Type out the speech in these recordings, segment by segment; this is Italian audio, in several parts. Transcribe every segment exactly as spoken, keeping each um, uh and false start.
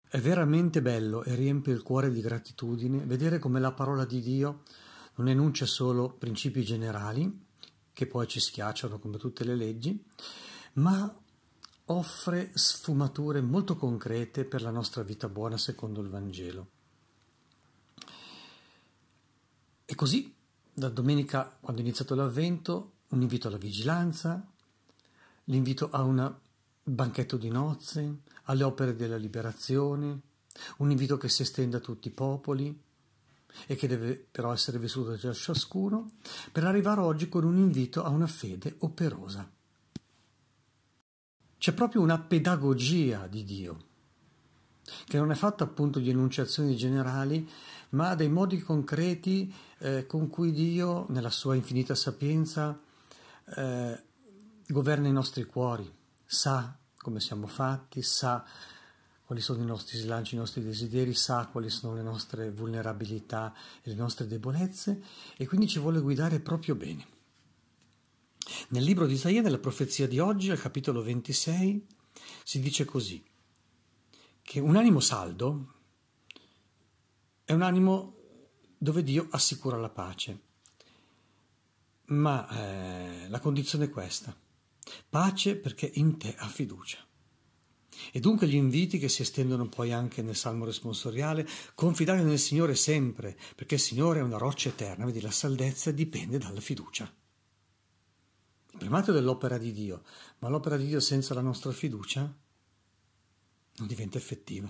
È veramente bello e riempie il cuore di gratitudine vedere come la parola di Dio non enuncia solo principi generali, che poi ci schiacciano come tutte le leggi, ma offre sfumature molto concrete per la nostra vita buona secondo il Vangelo. E così, da domenica, quando è iniziato l'Avvento, un invito alla vigilanza, l'invito a un banchetto di nozze, alle opere della liberazione, un invito che si estende a tutti i popoli e che deve però essere vissuto da ciascuno, per arrivare oggi con un invito a una fede operosa. C'è proprio una pedagogia di Dio, che non è fatta appunto di enunciazioni generali, ma dei modi concreti eh, con cui Dio, nella sua infinita sapienza, eh, governa i nostri cuori, sa come siamo fatti, sa quali sono i nostri slanci, i nostri desideri, sa quali sono le nostre vulnerabilità e le nostre debolezze, e quindi ci vuole guidare proprio bene. Nel libro di Isaia, nella profezia di oggi, al capitolo ventisei, si dice così, che un animo saldo è un animo dove Dio assicura la pace, ma eh, la condizione è questa: pace perché in te ha fiducia. E dunque gli inviti che si estendono poi anche nel Salmo responsoriale: confidare nel Signore sempre, perché il Signore è una roccia eterna. Vedi, la saldezza dipende dalla fiducia. Il primato dell'opera di Dio, ma l'opera di Dio senza la nostra fiducia non diventa effettiva.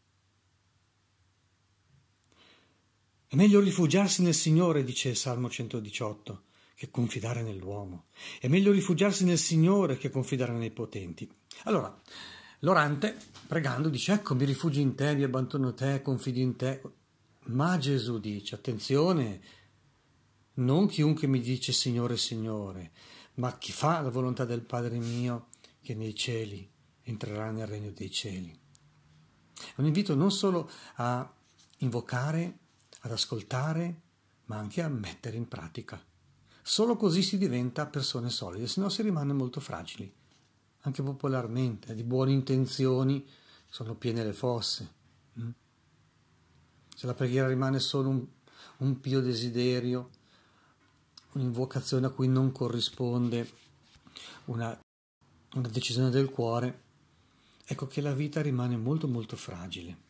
È meglio rifugiarsi nel Signore, dice il Salmo centodiciotto, che confidare nell'uomo. È meglio rifugiarsi nel Signore che confidare nei potenti. Allora, l'orante, pregando, dice: ecco, mi rifugio in te, mi abbandono te, confido in te. Ma Gesù dice: attenzione, non chiunque mi dice Signore, Signore, ma chi fa la volontà del Padre mio che è nei cieli entrerà nel regno dei cieli. È un invito non solo a invocare, ad ascoltare, ma anche a mettere in pratica. Solo così si diventa persone solide, se no si rimane molto fragili. Anche popolarmente, di buone intenzioni sono piene le fosse. Se la preghiera rimane solo un, un pio desiderio, un'invocazione a cui non corrisponde una, una decisione del cuore, ecco che la vita rimane molto molto fragile.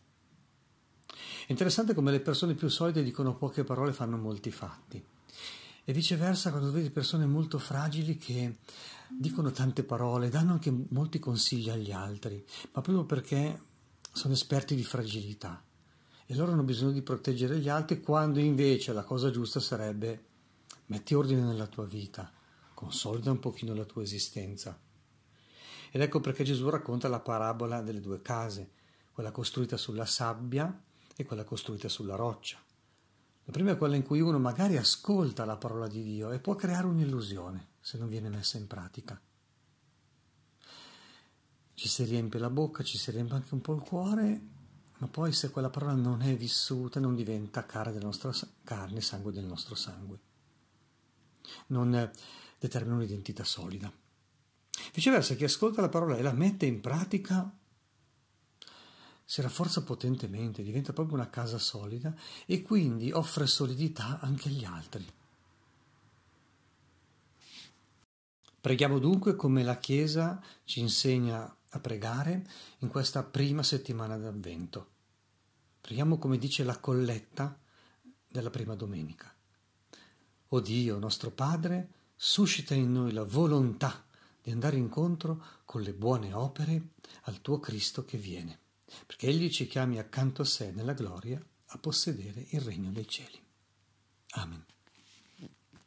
È interessante come le persone più solide dicono poche parole e fanno molti fatti. E viceversa, quando vedi persone molto fragili che dicono tante parole, danno anche molti consigli agli altri, ma proprio perché sono esperti di fragilità. E loro hanno bisogno di proteggere gli altri, quando invece la cosa giusta sarebbe: metti ordine nella tua vita, consolida un pochino la tua esistenza. Ed ecco perché Gesù racconta la parabola delle due case, quella costruita sulla sabbia e quella costruita sulla roccia. La prima è quella in cui uno magari ascolta la parola di Dio e può creare un'illusione se non viene messa in pratica. Ci si riempie la bocca, ci si riempie anche un po' il cuore, ma poi se quella parola non è vissuta non diventa carne della nostra carne, sangue del nostro sangue. Non determina un'identità solida. Viceversa, chi ascolta la parola e la mette in pratica si rafforza potentemente, diventa proprio una casa solida e quindi offre solidità anche agli altri. Preghiamo dunque come la Chiesa ci insegna a pregare in questa prima settimana d'Avvento. Preghiamo come dice la colletta della prima domenica. O Dio, nostro Padre, suscita in noi la volontà di andare incontro con le buone opere al tuo Cristo che viene, perché Egli ci chiami accanto a sé nella gloria a possedere il regno dei cieli. Amen.